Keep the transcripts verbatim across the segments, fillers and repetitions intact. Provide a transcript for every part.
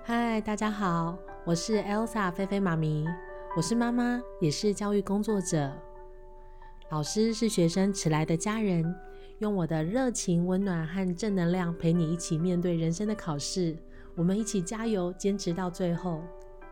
嗨，大家好，我是 Elsa 菲菲妈咪，我是妈妈，也是教育工作者。老师是学生迟来的家人，用我的热情、温暖和正能量陪你一起面对人生的考试，我们一起加油，坚持到最后。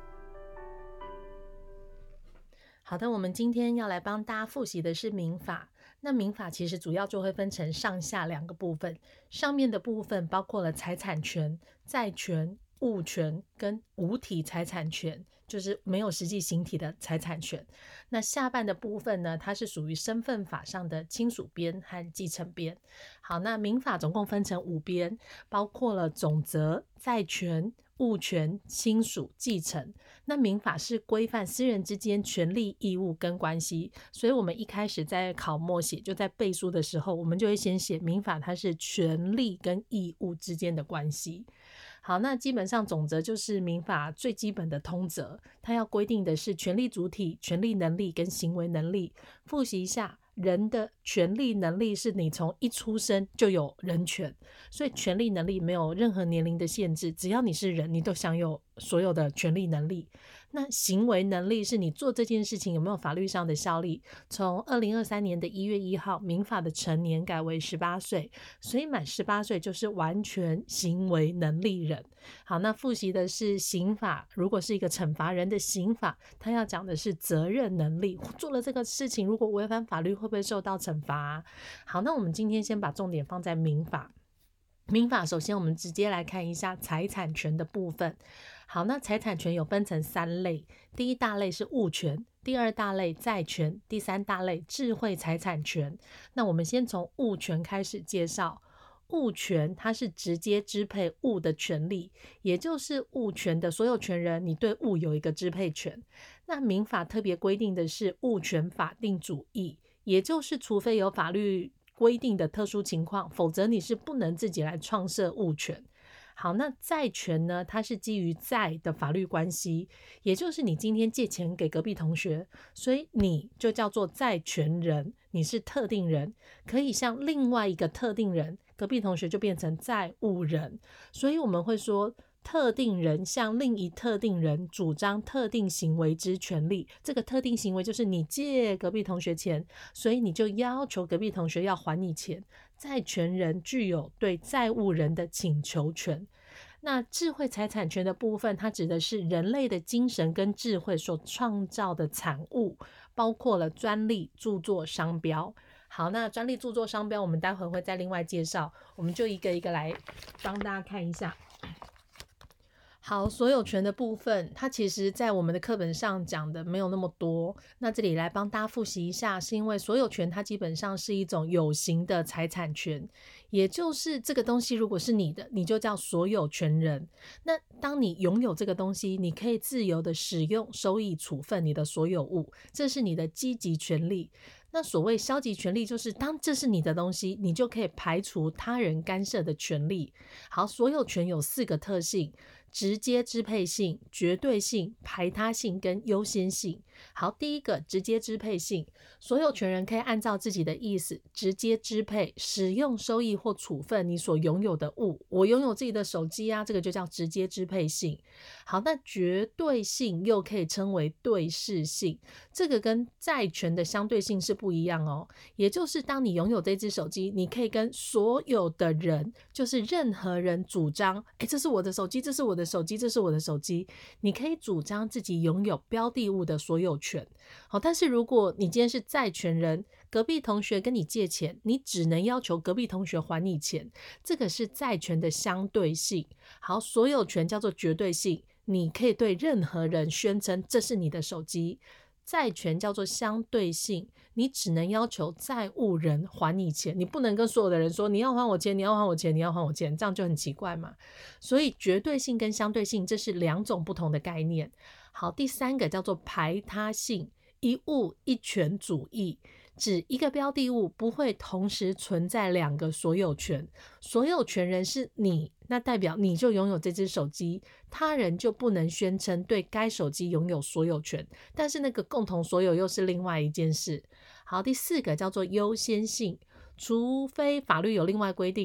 好的，我们今天要来帮大家复习的是民法。那民法其实主要就会分成上下两个部分，上面的部分包括了财产权、债权、物权跟无体财产权，就是没有实际形体的财产权。那下半的部分呢，它是属于身份法上的亲属编和继承编。好，那民法总共分成五编，包括了总则、债权、物权、亲属、继承。那民法是规范私人之间权利义务跟关系，所以我们一开始在考默写就在背书的时候，我们就会先写民法它是权利跟义务之间的关系。好，那基本上总则就是民法最基本的通则，它要规定的是权利主体、权利能力跟行为能力。复习一下，人的权利能力是你从一出生就有人权，所以权利能力没有任何年龄的限制，只要你是人，你都享有所有的权利能力。那行为能力是你做这件事情有没有法律上的效力。从二零二三年的一月一号，民法的成年改为十八岁，所以满十八岁就是完全行为能力人。好，那复习的是刑法，如果是一个惩罚人的刑法，他要讲的是责任能力，做了这个事情如果违反法律会不会受到惩罚。好，那我们今天先把重点放在民法。民法首先我们直接来看一下财产权的部分。好，那财产权有分成三类，第一大类是物权，第二大类债权，第三大类智慧财产权。那我们先从物权开始介绍。物权它是直接支配物的权利，也就是物权的所有权人，你对物有一个支配权。那民法特别规定的是物权法定主义，也就是除非有法律规定的特殊情况，否则你是不能自己来创设物权。好，那债权呢，它是基于债的法律关系，也就是你今天借钱给隔壁同学，所以你就叫做债权人，你是特定人，可以向另外一个特定人，隔壁同学就变成债务人。所以我们会说特定人向另一特定人主张特定行为之权利，这个特定行为就是你借隔壁同学钱，所以你就要求隔壁同学要还你钱，债权人具有对债务人的请求权。那智慧财产权的部分，它指的是人类的精神跟智慧所创造的产物，包括了专利、著作、商标。好，那专利、著作、商标我们待会会再另外介绍，我们就一个一个来帮大家看一下。好，所有权的部分，它其实在我们的课本上讲的没有那么多，那这里来帮大家复习一下，是因为所有权它基本上是一种有形的财产权，也就是这个东西如果是你的，你就叫所有权人。那当你拥有这个东西，你可以自由的使用、收益、处分你的所有物，这是你的积极权利。那所谓消极权利，就是当这是你的东西，你就可以排除他人干涉的权利。好，所有权有四个特性：直接支配性、绝对性、排他性跟优先性。好，第一个直接支配性，所有权人可以按照自己的意思直接支配、使用、收益或处分你所拥有的物。我拥有自己的手机啊，这个就叫直接支配性。好，那绝对性又可以称为对视性，这个跟债权的相对性是不一样哦。也就是当你拥有这只手机，你可以跟所有的人，就是任何人主张，诶，这是我的手机，这是我的手机，这是我的手机，你可以主张自己拥有标的物的所有权。好，但是如果你今天是债权人，隔壁同学跟你借钱，你只能要求隔壁同学还你钱，这个是债权的相对性。好，所有权叫做绝对性，你可以对任何人宣称这是你的手机。债权叫做相对性，你只能要求债务人还你钱，你不能跟所有的人说你要还我钱，你要还我钱，你要还我钱，这样就很奇怪嘛。所以绝对性跟相对性这是两种不同的概念。好，第三个叫做排他性，一物一权主义，指一个标的物不会同时存在两个所有权，所有权人是你，那代表你就拥有这只手机，他人就不能宣称对该手机拥有所有权，但是那个共同所有又是另外一件事。好，第四个叫做优先性，除非法律有另外规定，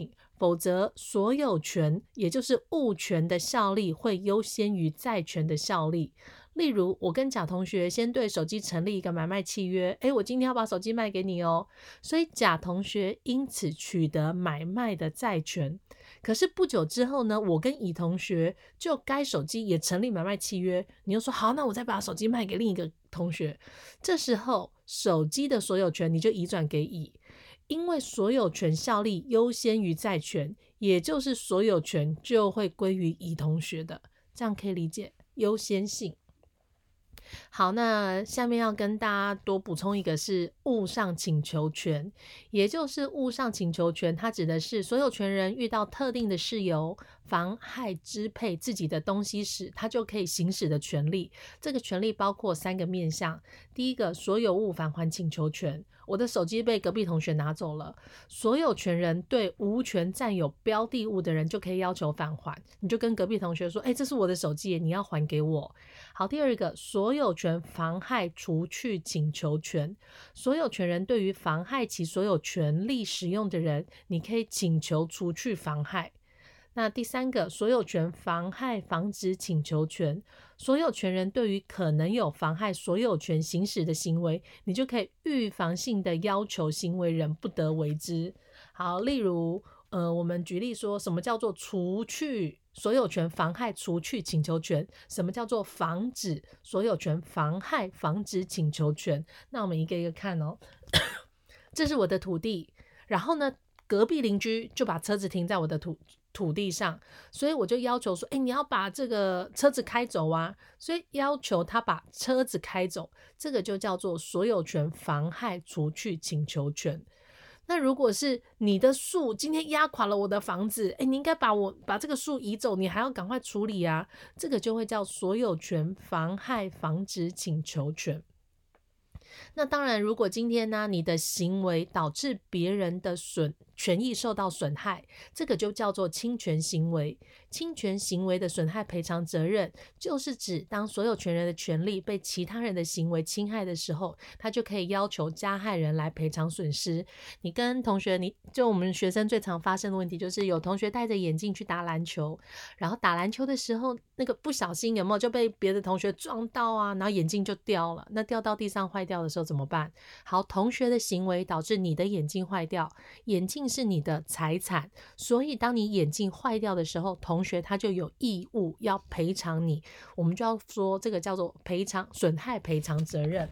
否则所有权也就是物权的效力会优先于债权的效力。例如我跟甲同学先对手机成立一个买卖契约，诶，我今天要把手机卖给你哦，所以甲同学因此取得买卖的债权。可是不久之后呢，我跟乙同学就该手机也成立买卖契约，你又说好，那我再把手机卖给另一个同学，这时候手机的所有权你就移转给乙，因为所有权效力优先于债权，也就是所有权就会归于乙同学的，这样可以理解优先性。好，那下面要跟大家多补充一个是物上请求权，也就是物上请求权，它指的是所有权人遇到特定的事由妨害支配自己的东西时，他就可以行使的权利。这个权利包括三个面向，第一个所有物返还请求权，我的手机被隔壁同学拿走了，所有权人对无权占有标的物的人就可以要求返还，你就跟隔壁同学说，哎，这是我的手机，你要还给我。好，第二个所有权妨害除去请求权，所有权人对于妨害其所有权利使用的人，你可以请求除去妨害。那第三个所有权妨害防止请求权，所有权人对于可能有妨害所有权行使的行为，你就可以预防性的要求行为人不得为之。好，例如呃，我们举例说什么叫做除去所有权妨害除去请求权，什么叫做防止所有权妨害防止请求权。那我们一个一个看哦。这是我的土地，然后呢隔壁邻居就把车子停在我的土土地上，所以我就要求说，哎，你要把这个车子开走啊，所以要求他把车子开走，这个就叫做所有权妨害除去请求权。那如果是你的树今天压垮了我的房子，哎，你应该把我把这个树移走，你还要赶快处理啊，这个就会叫所有权妨害防止请求权。那当然，如果今天呢，你的行为导致别人的损权益受到损害，这个就叫做侵权行为。侵权行为的损害赔偿责任，就是指当所有权人的权利被其他人的行为侵害的时候，他就可以要求加害人来赔偿损失。你跟同学，你就我们学生最常发生的问题，就是有同学戴着眼镜去打篮球，然后打篮球的时候，那个不小心有没有就被别的同学撞到啊，然后眼镜就掉了，那掉到地上坏掉的时候怎么办？好，同学的行为导致你的眼镜坏掉，眼镜是你的财产，所以当你眼镜坏掉的时候，同学他就有义务要赔偿你，我们就要说这个叫做赔偿损害赔偿责任。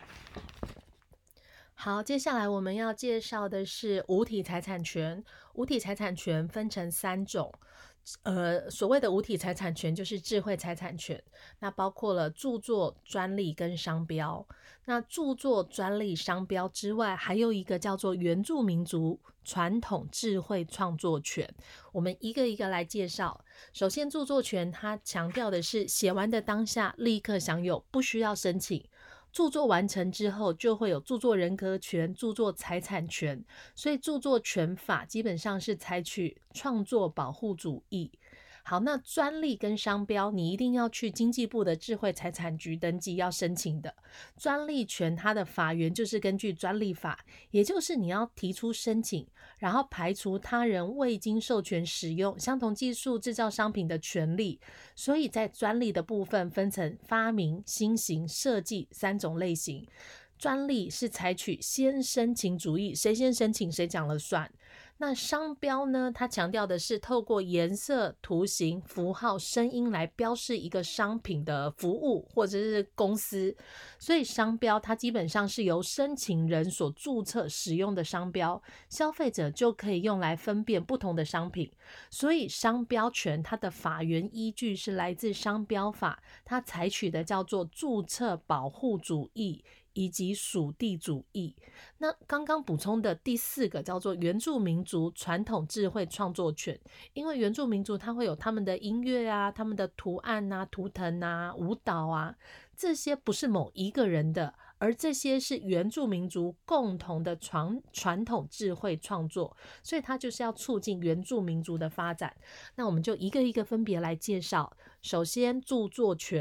好，接下来我们要介绍的是无体财产权。无体财产权分成三种，呃，所谓的无体财产权就是智慧财产权，那包括了著作、专利跟商标。那著作、专利、商标之外，还有一个叫做原住民族传统智慧创作权。我们一个一个来介绍。首先，著作权它强调的是写完的当下立刻享有，不需要申请。著作完成之后就会有著作人格权、著作财产权，所以著作权法基本上是采取创作保护主义。好，那专利跟商标你一定要去经济部的智慧财产局登记要申请的。专利权它的法源就是根据专利法，也就是你要提出申请，然后排除他人未经授权使用相同技术制造商品的权利。所以在专利的部分分成发明、新型、设计三种类型。专利是采取先申请主义，谁先申请谁讲了算。那商标呢，它强调的是透过颜色、图形、符号、声音来标示一个商品的服务或者是公司，所以商标它基本上是由申请人所注册使用的商标，消费者就可以用来分辨不同的商品。所以商标权它的法源依据是来自商标法，它采取的叫做注册保护主义以及属地主义。那刚刚补充的第四个叫做原住民族传统智慧创作权，因为原住民族它会有他们的音乐啊、他们的图案啊、图腾啊、舞蹈啊，这些不是某一个人的，而这些是原住民族共同的传传统智慧创作，所以它就是要促进原住民族的发展。那我们就一个一个分别来介绍。首先，著作权。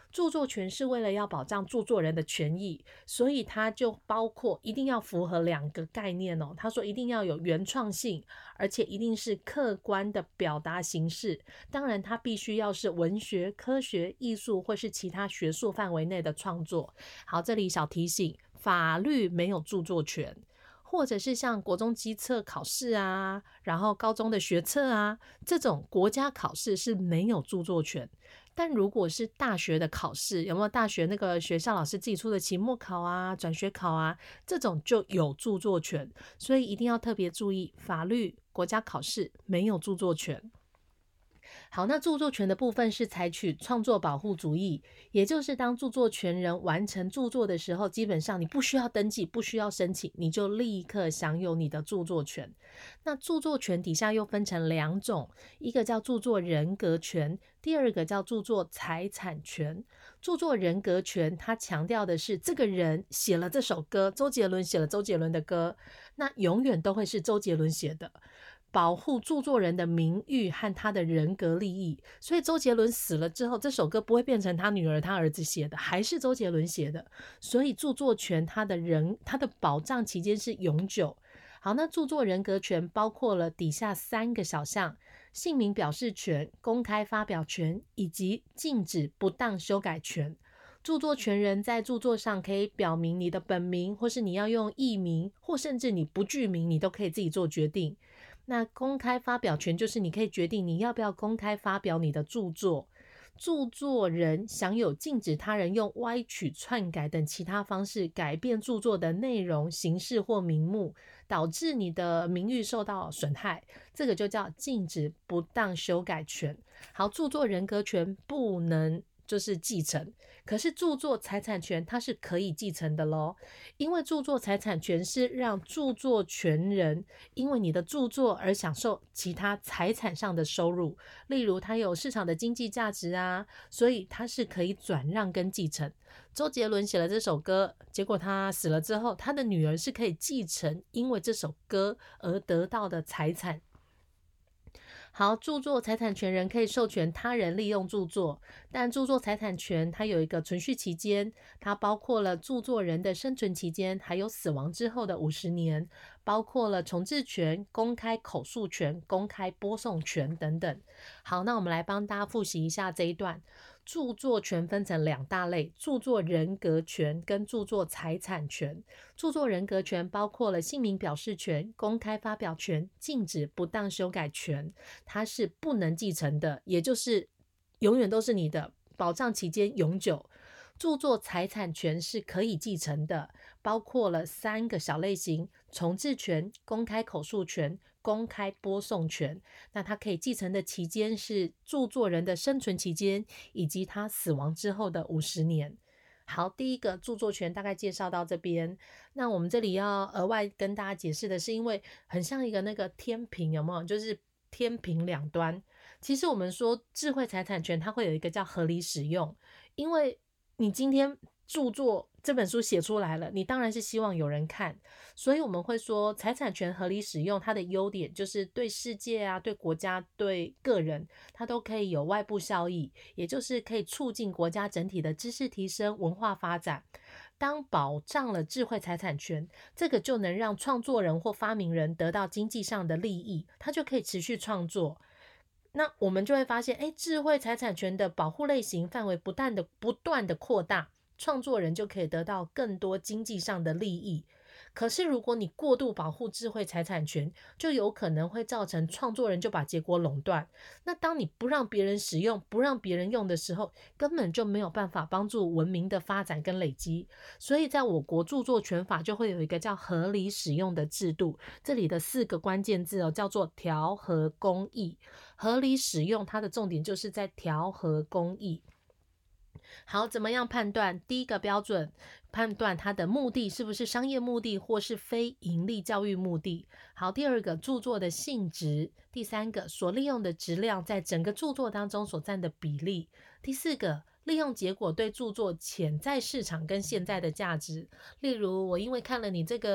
著作权是为了要保障著作人的权益，所以它就包括一定要符合两个概念哦。他说一定要有原创性，而且一定是客观的表达形式。当然，它必须要是文学、科学、艺术或是其他学术范围内的创作。好，这里小提醒，法律没有著作权。或者是像国中基测考试啊，然后高中的学测啊，这种国家考试是没有著作权。但如果是大学的考试，有没有大学那个学校老师自己出的期末考啊、转学考啊，这种就有著作权。所以一定要特别注意，法律、国家考试没有著作权。好，那著作权的部分是采取创作保护主义，也就是当著作权人完成著作的时候，基本上你不需要登记，不需要申请，你就立刻享有你的著作权。那著作权底下又分成两种，一个叫著作人格权，第二个叫著作财产权。著作人格权它强调的是这个人写了这首歌，周杰伦写了周杰伦的歌，那永远都会是周杰伦写的，保护著作人的名誉和他的人格利益。所以周杰伦死了之后，这首歌不会变成他女儿他儿子写的，还是周杰伦写的。所以著作权它的人它的保障期间是永久。好，那著作人格权包括了底下三个小项：姓名表示权、公开发表权以及禁止不当修改权。著作权人在著作上可以表明你的本名，或是你要用艺名，或甚至你不具名，你都可以自己做决定。那公开发表权就是你可以决定你要不要公开发表你的著作。著作人享有禁止他人用歪曲、篡改等其他方式改变著作的内容、形式或名目，导致你的名誉受到损害，这个就叫禁止不当修改权。好，著作人格权不能就是继承，可是著作财产权它是可以继承的咯。因为著作财产权是让著作权人因为你的著作而享受其他财产上的收入，例如它有市场的经济价值啊，所以它是可以转让跟继承。周杰伦写了这首歌，结果他死了之后，他的女儿是可以继承因为这首歌而得到的财产。好，著作财产权人可以授权他人利用著作，但著作财产权它有一个存续期间，它包括了著作人的生存期间，还有死亡之后的五十年，包括了重置权、公开口述权、公开播送权等等。好，那我们来帮大家复习一下这一段。著作权分成两大类，著作人格权跟著作财产权。著作人格权包括了姓名表示权、公开发表权、禁止不当修改权，它是不能继承的，也就是永远都是你的，保障期间永久。著作财产权是可以继承的，包括了三个小类型：重置权、公开口述权、公开播送权。那它可以继承的期间是著作人的生存期间以及他死亡之后的五十年。好，第一个著作权大概介绍到这边。那我们这里要额外跟大家解释的是，因为很像一个那个天平，有没有？就是天平两端。其实我们说智慧财产权它会有一个叫合理使用，因为你今天著作这本书写出来了，你当然是希望有人看，所以我们会说财产权合理使用它的优点就是对世界啊、对国家、对个人它都可以有外部效益，也就是可以促进国家整体的知识提升、文化发展。当保障了智慧财产权，这个就能让创作人或发明人得到经济上的利益，他就可以持续创作。那我们就会发现，哎，智慧财产权的保护类型范围不断的不断的扩大，创作人就可以得到更多经济上的利益。可是如果你过度保护智慧财产权，就有可能会造成创作人就把结果垄断。那当你不让别人使用，不让别人用的时候，根本就没有办法帮助文明的发展跟累积。所以在我国著作权法就会有一个叫合理使用的制度，这里的四个关键字哦，叫做调和公益。合理使用它的重点就是在调和公益。好，怎么样判断？第一个标准，判断它的目的是不是商业目的或是非盈利教育目的。好，第二个，著作的性质。第三个，所利用的质量在整个著作当中所占的比例。第四个，利用结果对著作潜在市场跟现在的价值。例如，我因为看了你这个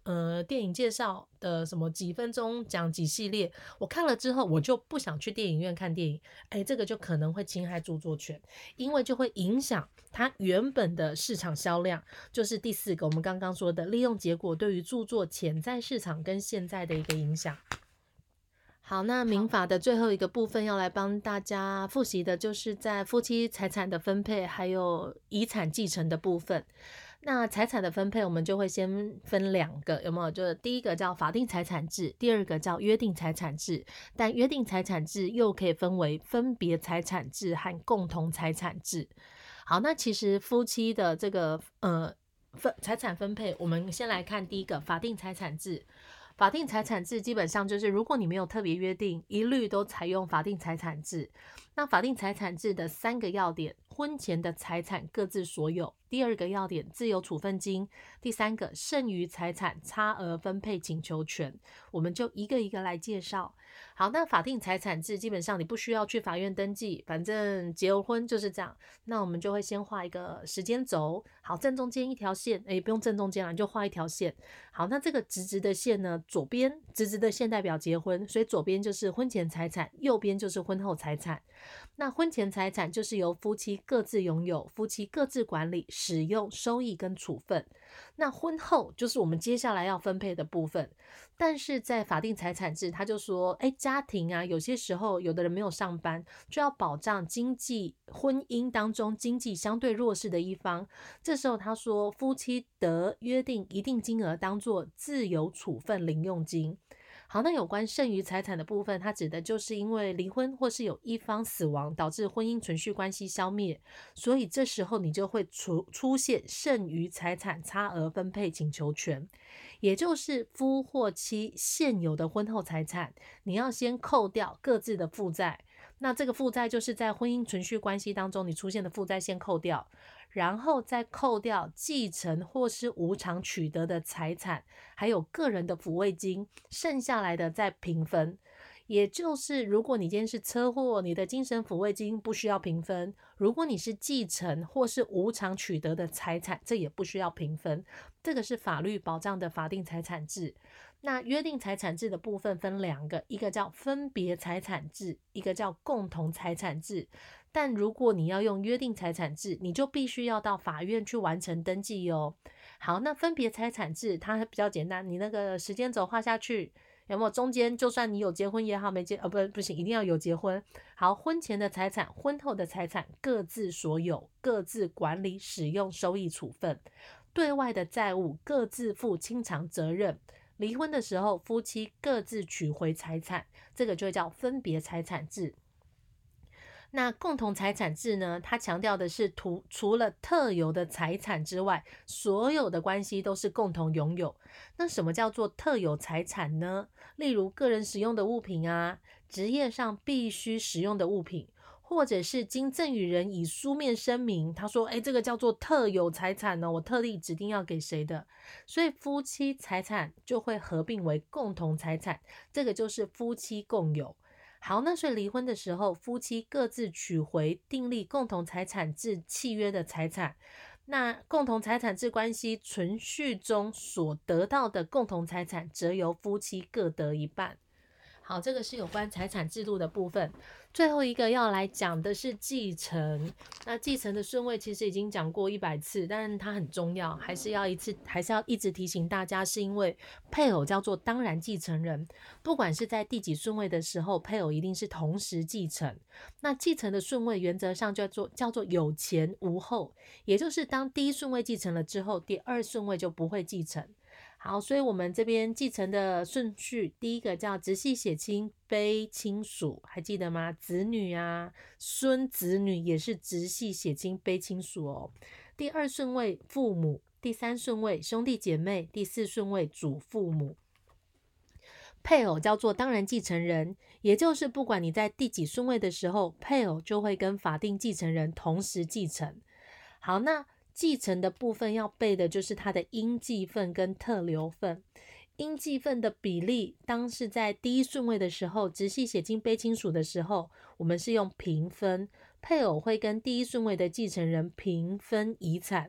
呃电影介绍的什么几分钟讲几系列，我看了之后我就不想去电影院看电影，哎，这个就可能会侵害著作权，因为就会影响它原本的市场销量。就是第四个我们刚刚说的利用结果对于著作潜在市场跟现在的一个影响。好，那民法的最后一个部分要来帮大家复习的，就是在夫妻财产的分配还有遗产继承的部分。那财产的分配我们就会先分两个，有没有？就是第一个叫法定财产制，第二个叫约定财产制。但约定财产制又可以分为分别财产制和共同财产制。好，那其实夫妻的这个呃分财产分配，我们先来看第一个法定财产制。法定财产制基本上就是如果你没有特别约定，一律都采用法定财产制。那法定财产制的三个要点，婚前的财产各自所有，第二个要点自由处分金，第三个剩余财产差额分配请求权，我们就一个一个来介绍。好，那法定财产制基本上你不需要去法院登记，反正结婚就是这样。那我们就会先画一个时间轴，好，正中间一条线，诶，不用正中间啦，你就画一条线。好，那这个直直的线呢，左边直直的线代表结婚，所以左边就是婚前财产，右边就是婚后财产。那婚前财产就是由夫妻各自拥有，夫妻各自管理、使用、收益跟处分。那婚后就是我们接下来要分配的部分。但是在法定财产制，他就说，哎，家庭啊，有些时候有的人没有上班，就要保障经济婚姻当中经济相对弱势的一方。这时候他说，夫妻得约定一定金额当作自由处分零用金。好，那有关剩余财产的部分，它指的就是因为离婚或是有一方死亡导致婚姻存续关系消灭，所以这时候你就会出出现剩余财产差额分配请求权，也就是夫或妻现有的婚后财产，你要先扣掉各自的负债，那这个负债就是在婚姻存续关系当中你出现的负债先扣掉，然后再扣掉继承或是无偿取得的财产，还有个人的抚慰金，剩下来的再平分。也就是如果你今天是车祸，你的精神抚慰金不需要平分，如果你是继承或是无偿取得的财产，这也不需要平分。这个是法律保障的法定财产制。那约定财产制的部分分两个，一个叫分别财产制，一个叫共同财产制。但如果你要用约定财产制，你就必须要到法院去完成登记哦。好，那分别财产制它比较简单，你那个时间轴画下去，有没有中间就算你有结婚也好，没结呃不不行，一定要有结婚。好，婚前的财产、婚后的财产各自所有，各自管理、使用、收益、处分。对外的债务各自负清偿责任。离婚的时候，夫妻各自取回财产，这个就叫分别财产制。那共同财产制呢，它强调的是除除了特有的财产之外，所有的关系都是共同拥有。那什么叫做特有财产呢？例如个人使用的物品啊，职业上必须使用的物品，或者是经赠与人以书面声明，他说，哎，这个叫做特有财产呢，我特地指定要给谁的。所以夫妻财产就会合并为共同财产，这个就是夫妻共有。好，那所以离婚的时候，夫妻各自取回订立共同财产制契约的财产，那共同财产制关系存续中所得到的共同财产，则由夫妻各得一半。好，这个是有关财产制度的部分。最后一个要来讲的是继承。那继承的顺位其实已经讲过一百次，但它很重要，还是要一次，还是要一直提醒大家，是因为配偶叫做当然继承人，不管是在第几顺位的时候，配偶一定是同时继承。那继承的顺位原则上叫做叫做有前无后，也就是当第一顺位继承了之后，第二顺位就不会继承。好，所以我们这边继承的顺序，第一个叫直系血亲卑亲属，还记得吗？子女啊，孙子女也是直系血亲卑亲属哦。第二顺位父母，第三顺位兄弟姐妹，第四顺位祖父母。配偶叫做当然继承人，也就是不管你在第几顺位的时候，配偶就会跟法定继承人同时继承。好，那继承的部分要背的就是它的应继分跟特留分。应继分的比例，当是在第一顺位的时候，直系血亲卑亲属的时候，我们是用平分，配偶会跟第一顺位的继承人平分遗产。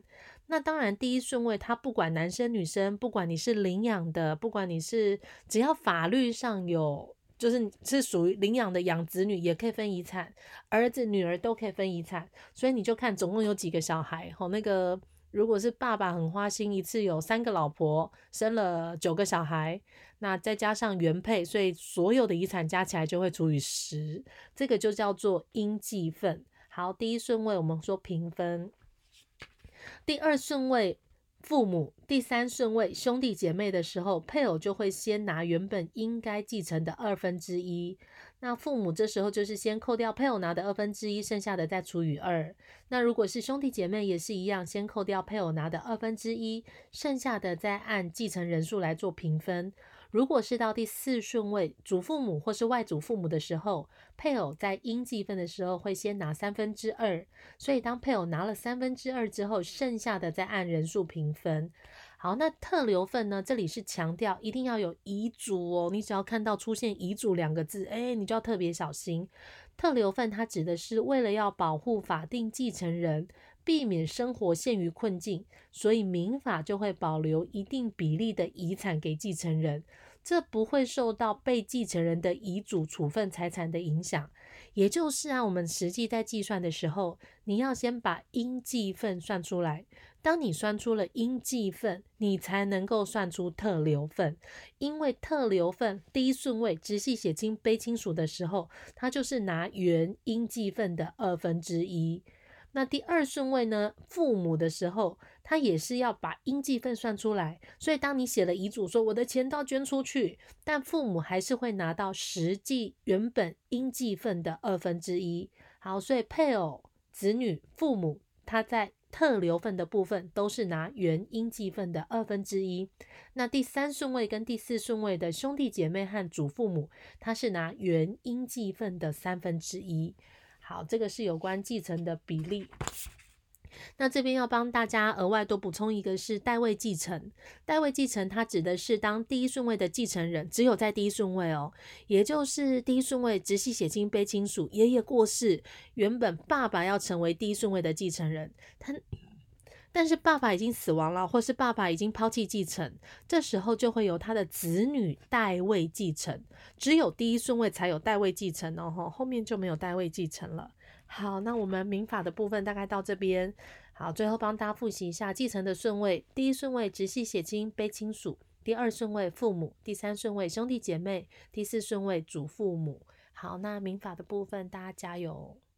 那当然第一顺位它不管男生女生，不管你是领养的，不管你是只要法律上有就是是属于领养的养子女也可以分遗产，儿子女儿都可以分遗产，所以你就看总共有几个小孩，吼，那个如果是爸爸很花心，一次有三个老婆，生了九个小孩，那再加上原配，所以所有的遗产加起来就会除以十，这个就叫做应继分。好，第一顺位我们说平分，第二顺位父母，第三顺位兄弟姐妹的时候，配偶就会先拿原本应该继承的二分之一。那父母这时候就是先扣掉配偶拿的二分之一，剩下的再除以二。那如果是兄弟姐妹也是一样，先扣掉配偶拿的二分之一，剩下的再按继承人数来做平分。如果是到第四顺位祖父母或是外祖父母的时候，配偶在应继分的时候会先拿三分之二，所以当配偶拿了三分之二之后，剩下的再按人数平分。好，那特留份呢？这里是强调一定要有遗嘱哦，你只要看到出现遗嘱两个字，哎，你就要特别小心。特留份它指的是为了要保护法定继承人，避免生活陷于困境，所以民法就会保留一定比例的遗产给继承人，这不会受到被继承人的遗嘱处分财产的影响。也就是啊，我们实际在计算的时候，你要先把应继分算出来，当你算出了应继分，你才能够算出特留份。因为特留份第一顺位直系血亲卑亲属的时候，它就是拿原应继分的二分之一。那第二顺位呢，父母的时候，他也是要把应继分算出来，所以当你写了遗嘱说我的钱都要捐出去，但父母还是会拿到实际原本应继分的二分之一。好，所以配偶、子女、父母，他在特留份的部分都是拿原应继分的二分之一。那第三顺位跟第四顺位的兄弟姐妹和祖父母，他是拿原应继分的三分之一。好，这个是有关继承的比例。那这边要帮大家额外多补充一个是代位继承。代位继承它指的是当第一顺位的继承人只有在第一顺位哦，也就是第一顺位直系血亲卑亲属爷爷过世，原本爸爸要成为第一顺位的继承人，他但是爸爸已经死亡了，或是爸爸已经抛弃继承，这时候就会由他的子女代位继承，只有第一顺位才有代位继承哦，后面就没有代位继承了。好，那我们民法的部分大概到这边。好，最后帮大家复习一下继承的顺位：第一顺位直系血亲卑亲属，第二顺位父母，第三顺位兄弟姐妹，第四顺位祖父母。好，那民法的部分大家加油。